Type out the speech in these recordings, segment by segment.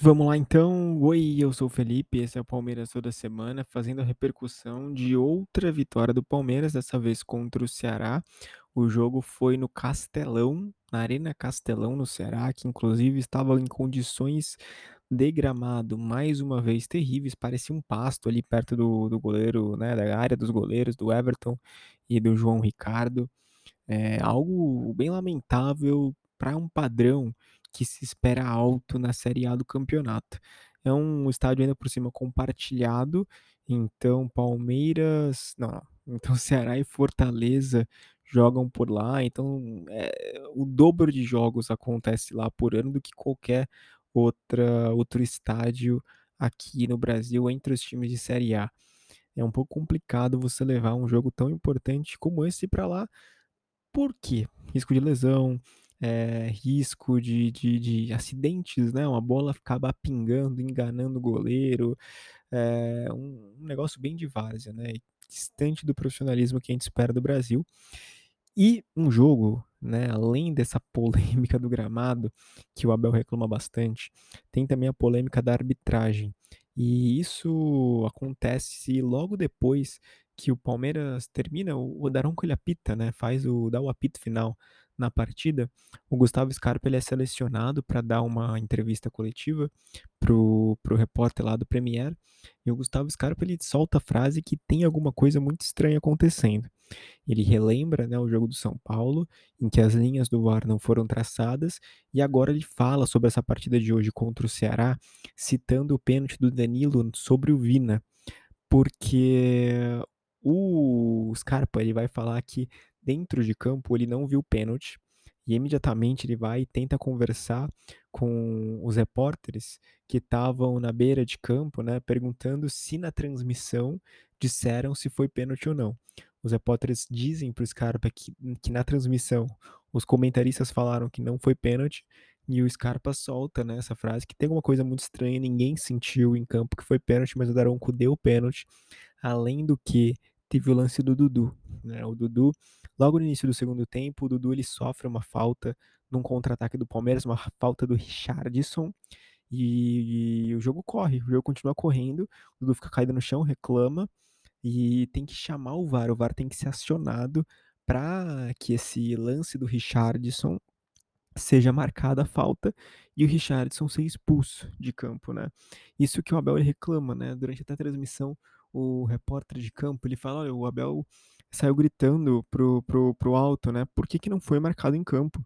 Vamos lá então. Oi, eu sou o Felipe, esse é o Palmeiras toda semana, fazendo a repercussão de outra vitória do Palmeiras, dessa vez contra o Ceará. O jogo foi no Castelão, na Arena Castelão, no Ceará, que inclusive estava em condições de gramado mais uma vez terríveis, parecia um pasto ali perto do goleiro, né, da área dos goleiros, do Everton e do João Ricardo. É algo bem lamentável para um padrão que se espera alto na Série A do campeonato. É um estádio ainda por cima compartilhado, então Palmeiras não, então Ceará e Fortaleza jogam por lá, então, o dobro de jogos acontece lá por ano do que qualquer outro estádio aqui no Brasil entre os times de Série A. É um pouco complicado você levar um jogo tão importante como esse para lá. Por quê? Risco de lesão, risco de acidentes, né, uma bola acabar pingando, enganando o goleiro, um negócio bem de várzea, né, distante do profissionalismo que a gente espera do Brasil. E um jogo, né, além dessa polêmica do gramado, que o Abel reclama bastante, tem também a polêmica da arbitragem. E isso acontece logo depois que o Palmeiras termina, o Daronco ele apita, né, dá o apito final na partida. O Gustavo Scarpa ele é selecionado para dar uma entrevista coletiva pro repórter lá do Premier, e o Gustavo Scarpa ele solta a frase que tem alguma coisa muito estranha acontecendo. Ele relembra, né, o jogo do São Paulo, em que as linhas do VAR não foram traçadas, e agora ele fala sobre essa partida de hoje contra o Ceará, citando o pênalti do Danilo sobre o Vina, porque o Scarpa ele vai falar que dentro de campo ele não viu o pênalti, e imediatamente ele vai e tenta conversar com os repórteres que estavam na beira de campo, né, perguntando se na transmissão disseram se foi pênalti ou não. Os repórteres dizem para o Scarpa que na transmissão os comentaristas falaram que não foi pênalti, e o Scarpa solta, né, essa frase que tem alguma coisa muito estranha, ninguém sentiu em campo que foi pênalti, mas o Daronco deu o pênalti. Além do que, teve o lance do Dudu, né, o Dudu, logo no início do segundo tempo, o Dudu ele sofre uma falta num contra-ataque do Palmeiras, uma falta do Richarlison, e o jogo corre, o jogo continua correndo, o Dudu fica caído no chão, reclama, e tem que chamar o VAR tem que ser acionado para que esse lance do Richarlison seja marcada a falta e o Richarlison ser expulso de campo, né. Isso que o Abel ele reclama, né, durante até a transmissão, o repórter de campo, ele fala: "Olha, o Abel saiu gritando pro alto, né, por que que não foi marcado em campo?".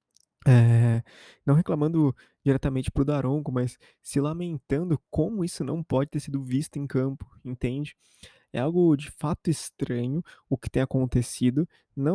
Não reclamando diretamente pro Daronco, mas se lamentando como isso não pode ter sido visto em campo, entende? É algo de fato estranho o que tem acontecido.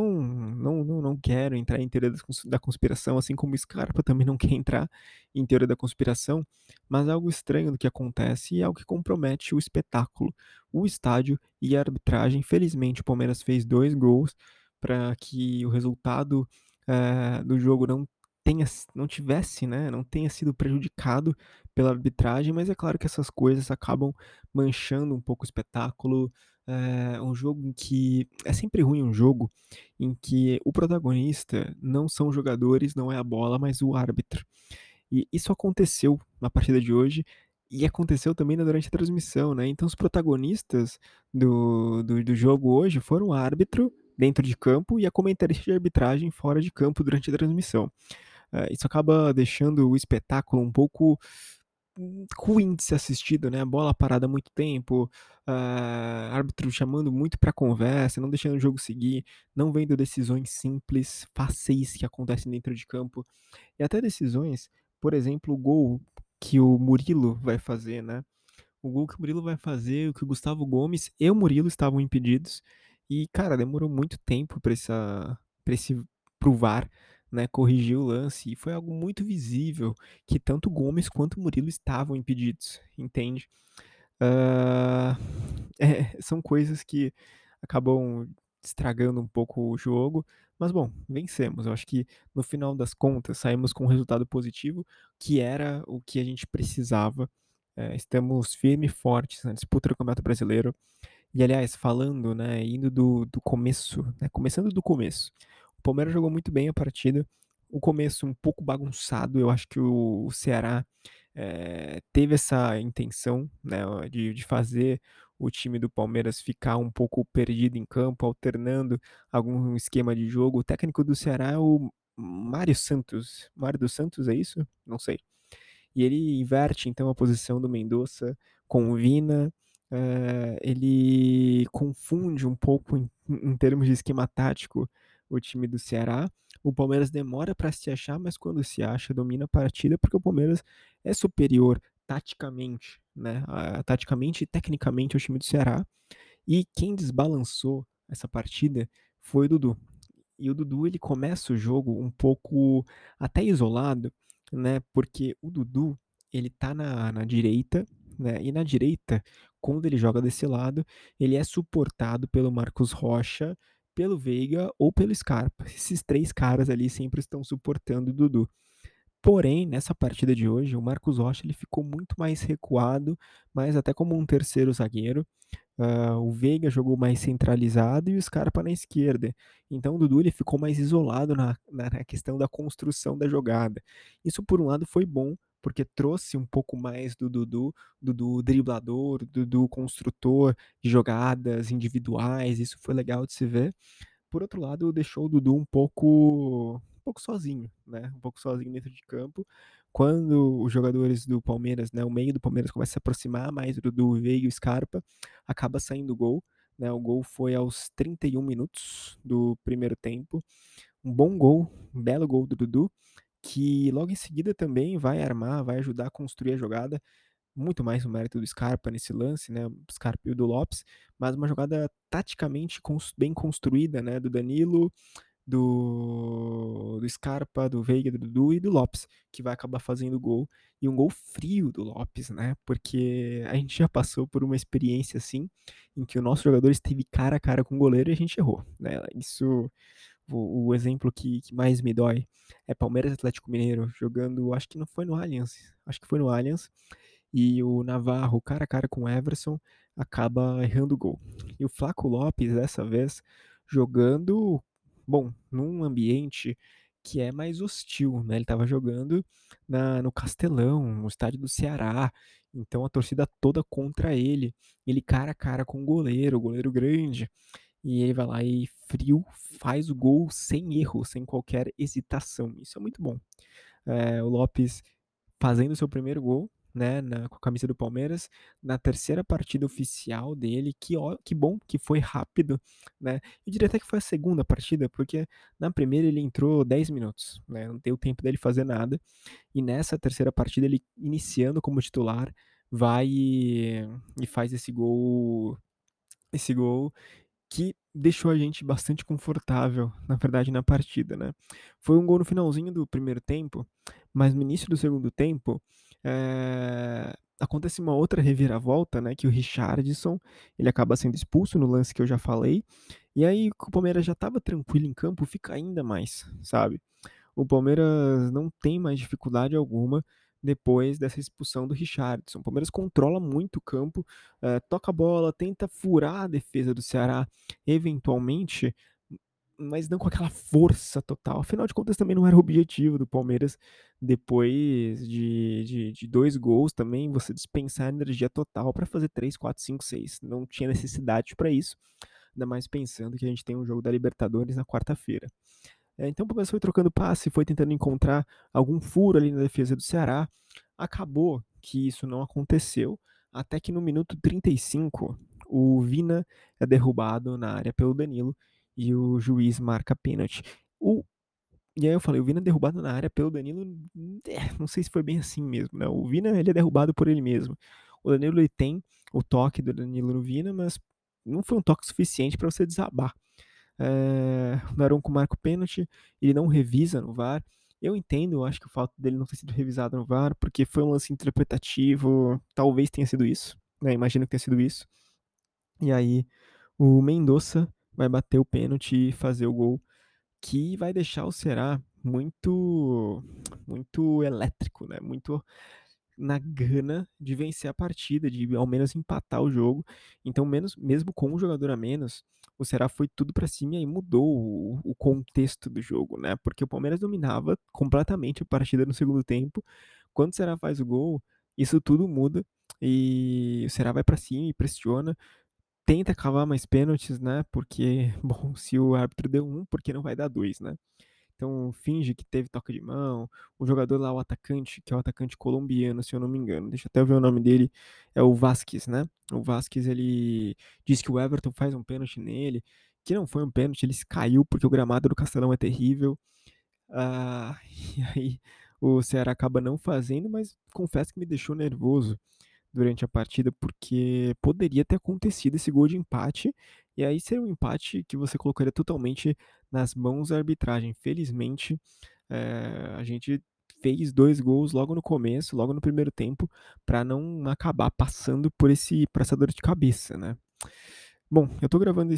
Não quero entrar em teoria da conspiração, assim como o Scarpa também não quer entrar em teoria da conspiração, mas é algo estranho do que acontece e é algo que compromete o espetáculo, o estádio e a arbitragem. Felizmente, o Palmeiras fez 2 gols para que o resultado, do jogo não tivesse, né, não tenha sido prejudicado pela arbitragem, mas é claro que essas coisas acabam manchando um pouco o espetáculo. Um jogo em que é sempre ruim um jogo em que o protagonista não são os jogadores, não é a bola, mas o árbitro. E isso aconteceu na partida de hoje e aconteceu também, né, durante a transmissão, né. Então os protagonistas do jogo hoje foram o árbitro dentro de campo e a comentarista de arbitragem fora de campo durante a transmissão. Isso acaba deixando o espetáculo um pouco ruim de ser assistido, né, bola parada há muito tempo, árbitro chamando muito pra conversa, não deixando o jogo seguir, não vendo decisões simples, fáceis que acontecem dentro de campo, e até decisões, por exemplo, o gol que o Murilo vai fazer, né, o gol que o Murilo vai fazer, o que o Gustavo Gomes e o Murilo estavam impedidos, e cara, demorou muito tempo pra esse para o VAR, né, corrigir o lance, e foi algo muito visível, que tanto o Gomes quanto o Murilo estavam impedidos, entende. Hã, são coisas que acabam estragando um pouco o jogo, mas bom, vencemos. Eu acho que no final das contas saímos com um resultado positivo, que era o que a gente precisava. Estamos firme e fortes na disputa do Campeonato Brasileiro. E aliás, falando, né, indo do começo, né, começando do começo, o Palmeiras jogou muito bem a partida, o começo um pouco bagunçado, eu acho que o Ceará, teve essa intenção, né, de fazer o time do Palmeiras ficar um pouco perdido em campo, alternando algum esquema de jogo. O técnico do Ceará é o Mário Santos. Mário dos Santos, é isso? Não sei. E ele inverte então a posição do Mendonça com o Vina, ele confunde um pouco em termos de esquema tático o time do Ceará. O Palmeiras demora para se achar, mas quando se acha, domina a partida, porque o Palmeiras é superior taticamente, né, taticamente e tecnicamente ao time do Ceará. E quem desbalançou essa partida foi o Dudu. E o Dudu ele começa o jogo um pouco até isolado, né, porque o Dudu, ele tá na direita, né, e na direita, quando ele joga desse lado, ele é suportado pelo Marcos Rocha, pelo Veiga ou pelo Scarpa. Esses 3 caras ali sempre estão suportando o Dudu. Porém, nessa partida de hoje, o Marcos Rocha ele ficou muito mais recuado, mais até como um terceiro zagueiro. O Veiga jogou mais centralizado e o Scarpa na esquerda. Então o Dudu ele ficou mais isolado na questão da construção da jogada. Isso por um lado foi bom, porque trouxe um pouco mais do Dudu, Dudu driblador, Dudu construtor de jogadas individuais, isso foi legal de se ver. Por outro lado, deixou o Dudu um pouco sozinho, né, um pouco sozinho dentro de campo. Quando os jogadores do Palmeiras, né, o meio do Palmeiras começa a se aproximar mais do Dudu, Veiga e o Scarpa, acaba saindo o gol, né, o gol foi aos 31 minutos do primeiro tempo. Um bom gol, um belo gol do Dudu, que logo em seguida também vai armar, vai ajudar a construir a jogada, muito mais o mérito do Scarpa nesse lance, né, do Scarpa e do Lopes, mas uma jogada taticamente bem construída, né, do Danilo, do Scarpa, do Veiga, do Dudu e do Lopes, que vai acabar fazendo o gol. E um gol frio do Lopes, né? Porque a gente já passou por uma experiência assim, em que o nosso jogador esteve cara a cara com o goleiro e a gente errou, né? Isso, o exemplo que mais me dói é Palmeiras e Atlético Mineiro jogando, acho que não foi no Allianz, acho que foi no Allianz, e o Navarro, cara a cara com o Everson, acaba errando o gol. E o Flaco Lopes, dessa vez, jogando, bom, num ambiente que é mais hostil, né? Ele estava jogando no Castelão, no estádio do Ceará, então a torcida toda contra ele. Ele cara a cara com o goleiro grande, e ele vai lá e frio faz o gol sem erro, sem qualquer hesitação. Isso é muito bom. O Lopes fazendo seu primeiro gol, né, com a camisa do Palmeiras, na terceira partida oficial dele, que bom que foi rápido, né? Eu diria até que foi a segunda partida, porque na primeira ele entrou 10 minutos, né? Não deu tempo dele fazer nada. E nessa terceira partida, ele iniciando como titular, vai e faz esse gol que deixou a gente bastante confortável, na verdade, na partida, né. Foi um gol no finalzinho do primeiro tempo, mas no início do segundo tempo, acontece uma outra reviravolta, né, que o Richarlison, ele acaba sendo expulso no lance que eu já falei, e aí o Palmeiras já estava tranquilo em campo, fica ainda mais, sabe. O Palmeiras não tem mais dificuldade alguma depois dessa expulsão do Richarlison. O Palmeiras controla muito o campo, toca a bola, tenta furar a defesa do Ceará eventualmente, mas não com aquela força total. Afinal de contas, também não era o objetivo do Palmeiras, depois de 2 gols também, você dispensar energia total para fazer 3, 4, 5, 6. Não tinha necessidade para isso, ainda mais pensando que a gente tem um jogo da Libertadores na quarta-feira. Então o Palmeiras foi trocando passe, foi tentando encontrar algum furo ali na defesa do Ceará. Acabou que isso não aconteceu, até que no minuto 35 o Vina é derrubado na área pelo Danilo e o juiz marca pênalti. O e aí eu falei, o Vina é derrubado na área pelo Danilo, não sei se foi bem assim mesmo, né, o Vina ele é derrubado por ele mesmo. O Danilo ele tem o toque do Danilo no Vina, mas não foi um toque suficiente para você desabar. O Naronco marca o pênalti, ele não revisa no VAR. Eu entendo, eu acho que o fato dele não ter sido revisado no VAR, porque foi um lance interpretativo, talvez tenha sido isso, né, imagino que tenha sido isso. E aí o Mendonça vai bater o pênalti e fazer o gol, que vai deixar o Ceará muito elétrico, né, muito na gana de vencer a partida, de ao menos empatar o jogo. Então, mesmo com um jogador a menos, o Ceará foi tudo pra cima e aí mudou o contexto do jogo, né? Porque o Palmeiras dominava completamente a partida no segundo tempo. Quando o Ceará faz o gol, isso tudo muda e o Ceará vai pra cima e pressiona, tenta cavar mais pênaltis, né, porque, bom, se o árbitro deu um, por que não vai dar 2, né? Então finge que teve toque de mão. O jogador lá, o atacante, que é o atacante colombiano, se eu não me engano, deixa eu até ver o nome dele, é o Vasquez, né? O Vasquez, ele diz que o Everton faz um pênalti nele, que não foi um pênalti, ele se caiu porque o gramado do Castelão é terrível. Ah, e aí o Ceará acaba não fazendo, mas confesso que me deixou nervoso durante a partida, porque poderia ter acontecido esse gol de empate, e aí seria um empate que você colocaria totalmente nas mãos da arbitragem. Felizmente, a gente fez 2 gols logo no começo, logo no primeiro tempo, para não acabar passando por essa dor de cabeça, né. Bom, eu tô gravando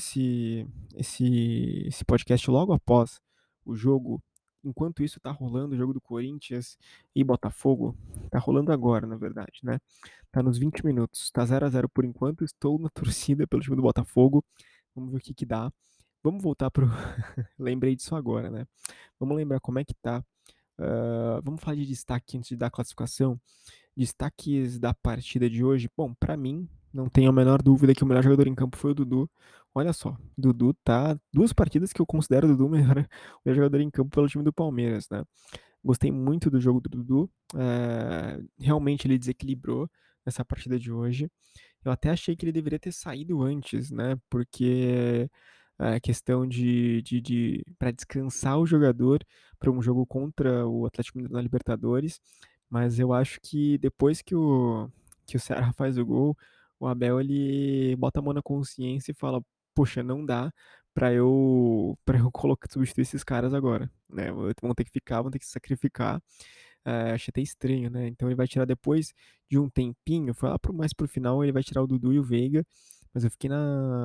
esse podcast logo após o jogo. Enquanto isso tá rolando o jogo do Corinthians e Botafogo. Tá rolando agora, na verdade, né. Tá nos 20 minutos. Tá 0-0 por enquanto. Estou na torcida pelo time do Botafogo. Vamos ver o que que dá. Vamos voltar pro lembrei disso agora, né. Vamos lembrar como é que tá. Vamos falar de destaque antes de dar a classificação. Destaques da partida de hoje. Bom, pra mim, não tenho a menor dúvida que o melhor jogador em campo foi o Dudu. Olha só, Dudu tá 2 partidas que eu considero o Dudu o melhor jogador em campo pelo time do Palmeiras, né. Gostei muito do jogo do Dudu, realmente ele desequilibrou nessa partida de hoje. Eu até achei que ele deveria ter saído antes, né, porque a questão de pra descansar o jogador para um jogo contra o Atlético Mineiro na Libertadores, mas eu acho que depois que o Ceará faz o gol, o Abel ele bota a mão na consciência e fala: "Poxa, não dá pra eu colocar substituir esses caras agora, né, vão ter que ficar, vão ter que se sacrificar". Achei até estranho, né, então ele vai tirar depois de um tempinho, foi lá mais para o final, ele vai tirar o Dudu e o Veiga, mas eu fiquei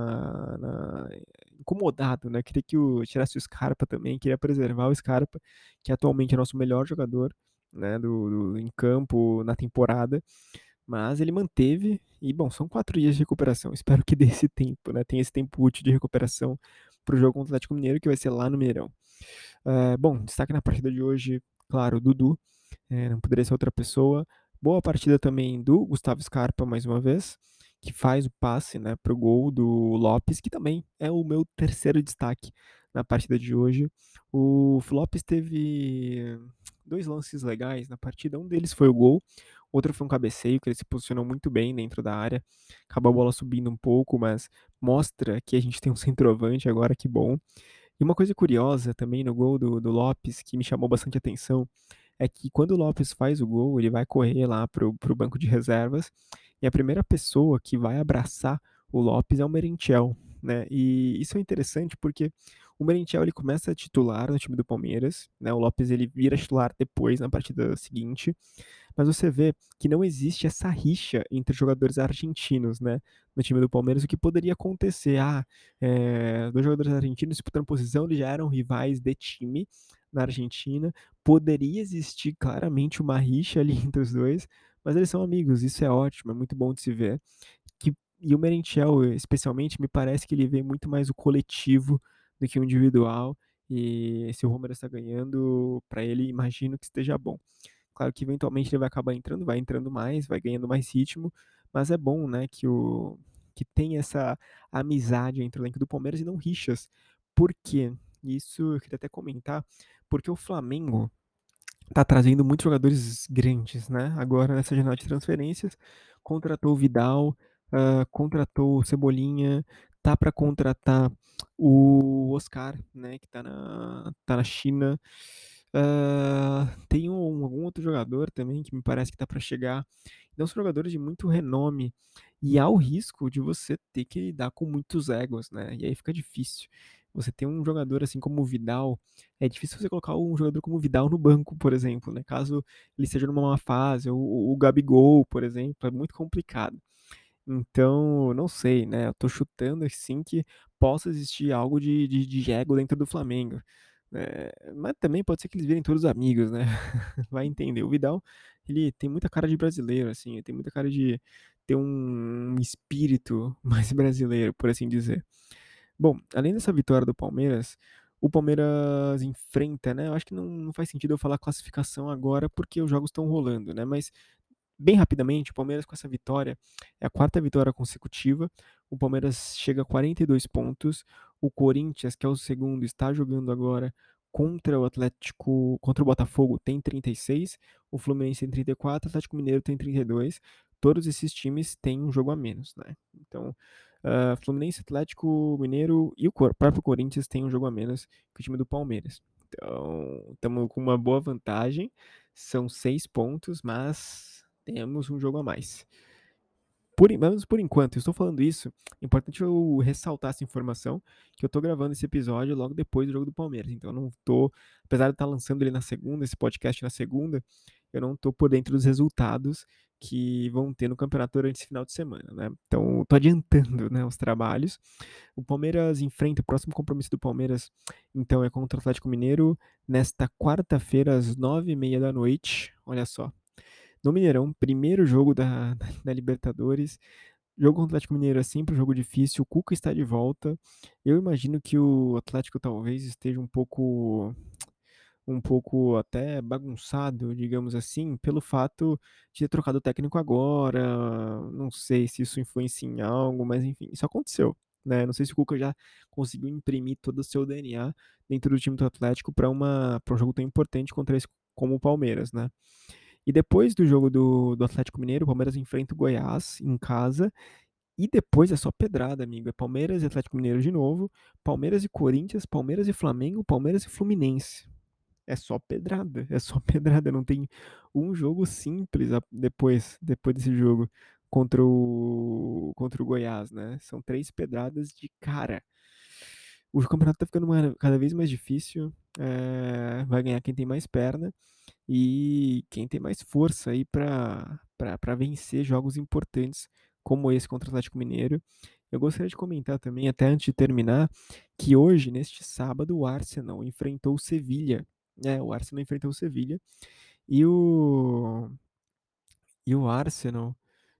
incomodado, né, queria que tirasse o Scarpa também, queria preservar o Scarpa, que atualmente é nosso melhor jogador, né, em campo, na temporada, mas ele manteve e, bom, são 4 dias de recuperação, espero que dê esse tempo, né, tenha esse tempo útil de recuperação para o jogo contra o Atlético Mineiro, que vai ser lá no Mineirão. Bom, destaque na partida de hoje, claro, o Dudu, não poderia ser outra pessoa. Boa partida também do Gustavo Scarpa, mais uma vez, que faz o passe, né, para o gol do Lopes, que também é o meu terceiro destaque na partida de hoje. O Lopes teve 2 lances legais na partida, um deles foi o gol, outro foi um cabeceio, que ele se posicionou muito bem dentro da área, acabou a bola subindo um pouco, mas mostra que a gente tem um centroavante agora, que bom. E uma coisa curiosa também no gol do Lopes, que me chamou bastante atenção, é que quando o Lopes faz o gol, ele vai correr lá pro banco de reservas, e a primeira pessoa que vai abraçar o Lopes é o Merentiel, né. E isso é interessante porque o Merentiel ele começa titular no time do Palmeiras, né, o Lopes ele vira titular depois, na partida seguinte, mas você vê que não existe essa rixa entre jogadores argentinos, né, no time do Palmeiras, o que poderia acontecer, 2 jogadores argentinos disputando posição, eles já eram rivais de time na Argentina, poderia existir claramente uma rixa ali entre os 2, mas eles são amigos, isso é ótimo, é muito bom de se ver. Que e o Merentiel, especialmente, me parece que ele vê muito mais o coletivo do que o individual, e se o Palmeiras está ganhando, para ele imagino que esteja bom. Claro que eventualmente ele vai acabar entrando, vai entrando mais, vai ganhando mais ritmo, mas é bom, né, que tem essa amizade entre o elenco do Palmeiras e não rixas. Por quê? Isso eu queria até comentar, porque o Flamengo tá trazendo muitos jogadores grandes, né, agora nessa janela de transferências, contratou o Vidal, contratou o Cebolinha, tá para contratar o Oscar, né, que tá na China. Tem algum outro jogador também que me parece que tá para chegar. Então são jogadores de muito renome, e há o risco de você ter que lidar com muitos egos, né, e aí fica difícil. Você tem um jogador assim como o Vidal, é difícil você colocar um jogador como o Vidal no banco, por exemplo, né, caso ele esteja numa má fase, ou o Gabigol, por exemplo, é muito complicado. Então, não sei, né, eu tô chutando, assim, que possa existir algo de ego dentro do Flamengo. Mas também pode ser que eles virem todos amigos, né, vai entender. O Vidal, ele tem muita cara de brasileiro, assim, ele tem muita cara de ter um espírito mais brasileiro, por assim dizer. Bom, além dessa vitória do Palmeiras, o Palmeiras enfrenta, né, eu acho que não faz sentido eu falar classificação agora, porque os jogos estão rolando, né, mas bem rapidamente, o Palmeiras com essa vitória, é a 4ª vitória consecutiva, o Palmeiras chega a 42 pontos, o Corinthians, que é o segundo, está jogando agora contra o Botafogo, tem 36, o Fluminense tem 34, o Atlético Mineiro tem 32, todos esses times têm um jogo a menos, né? Então, Fluminense, Atlético Mineiro e o próprio Corinthians têm um jogo a menos que o time do Palmeiras. Então, estamos com uma boa vantagem, são 6 pontos, mas temos um jogo a mais. Menos por enquanto, eu estou falando isso, é importante eu ressaltar essa informação, que eu estou gravando esse episódio logo depois do jogo do Palmeiras, então eu não estou, apesar de estar lançando ele na segunda, esse podcast na segunda, eu não estou por dentro dos resultados que vão ter no campeonato durante esse final de semana, né? Então, estou adiantando, né, os trabalhos. O Palmeiras enfrenta, o próximo compromisso do Palmeiras, então, é contra o Atlético Mineiro, nesta quarta-feira, às 9h30 da noite, olha só, no Mineirão, primeiro jogo da Libertadores. Jogo contra o Atlético Mineiro é sempre um jogo difícil, o Cuca está de volta. Eu imagino que o Atlético talvez esteja um pouco até bagunçado, digamos assim, pelo fato de ter trocado o técnico agora. Não sei se isso influencia em algo, mas enfim, isso aconteceu, né? Não sei se o Cuca já conseguiu imprimir todo o seu DNA dentro do time do Atlético para um jogo tão importante contra esse como o Palmeiras, né? E depois do jogo do Atlético Mineiro, o Palmeiras enfrenta o Goiás em casa. E depois é só pedrada, amigo. É Palmeiras e Atlético Mineiro de novo, Palmeiras e Corinthians, Palmeiras e Flamengo, Palmeiras e Fluminense. É só pedrada, é só pedrada. Não tem um jogo simples depois desse jogo contra o Goiás, né? São 3 pedradas de cara. O campeonato tá ficando cada vez mais difícil. Vai ganhar quem tem mais perna e quem tem mais força aí para vencer jogos importantes como esse contra o Atlético Mineiro. Eu gostaria de comentar também, até antes de terminar, que hoje, neste sábado, o Arsenal enfrentou o Sevilha. O Arsenal enfrentou o Sevilha e o Arsenal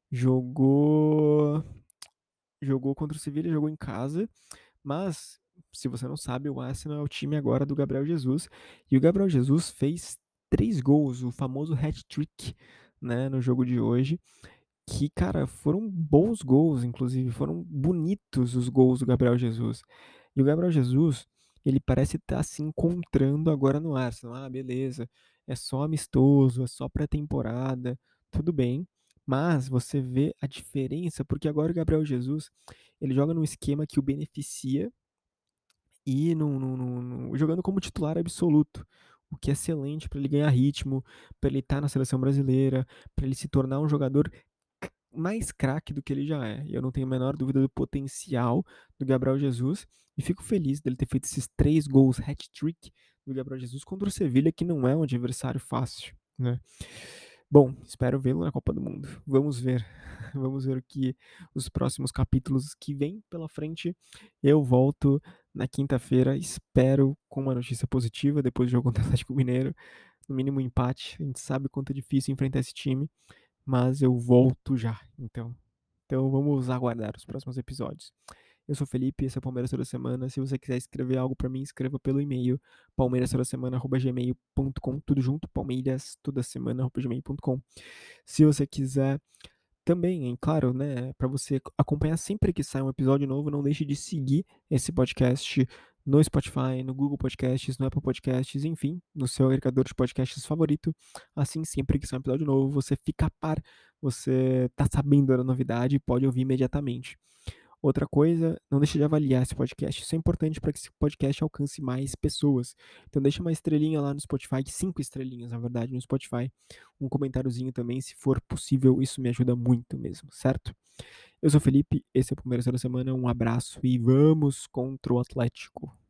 jogou jogou contra o Sevilha, jogou em casa, mas se você não sabe, o Arsenal é o time agora do Gabriel Jesus e o Gabriel Jesus fez 3 gols, o famoso hat-trick, né, no jogo de hoje, que, cara, foram bons gols, inclusive, foram bonitos os gols do Gabriel Jesus. E o Gabriel Jesus, ele parece estar se encontrando agora no Arsenal. Ah, beleza, é só amistoso, é só pré-temporada, tudo bem. Mas você vê a diferença, porque agora o Gabriel Jesus, ele joga num esquema que o beneficia e jogando como titular absoluto, o que é excelente para ele ganhar ritmo, para ele estar na seleção brasileira, para ele se tornar um jogador mais craque do que ele já é. E eu não tenho a menor dúvida do potencial do Gabriel Jesus e fico feliz dele ter feito esses 3 gols hat-trick do Gabriel Jesus contra o Sevilha, que não é um adversário fácil, né? Bom, espero vê-lo na Copa do Mundo. Vamos ver. Vamos ver o que os próximos capítulos que vem pela frente. Eu volto na quinta-feira, espero com uma notícia positiva depois do jogo contra o Atlético Mineiro. No mínimo um empate. A gente sabe quanto é difícil enfrentar esse time, mas eu volto já. Então vamos aguardar os próximos episódios. Eu sou o Felipe, esse é o Palmeiras Toda Semana. Se você quiser escrever algo pra mim, escreva pelo e-mail palmeirastodasemana@gmail.com, tudo junto, palmeirastodasemana@gmail.com. Se você quiser também, claro, né, para você acompanhar sempre que sai um episódio novo, não deixe de seguir esse podcast no Spotify, no Google Podcasts, no Apple Podcasts, enfim, no seu agregador de podcasts favorito. Assim, sempre que sai um episódio novo, você fica a par, você tá sabendo da novidade e pode ouvir imediatamente. Outra coisa, não deixe de avaliar esse podcast. Isso é importante para que esse podcast alcance mais pessoas. Então deixa uma estrelinha lá no Spotify, 5 estrelinhas, na verdade, no Spotify. Um comentáriozinho também, se for possível, isso me ajuda muito mesmo, certo? Eu sou o Felipe, esse é o Palmeiras da Semana, um abraço e vamos contra o Atlético.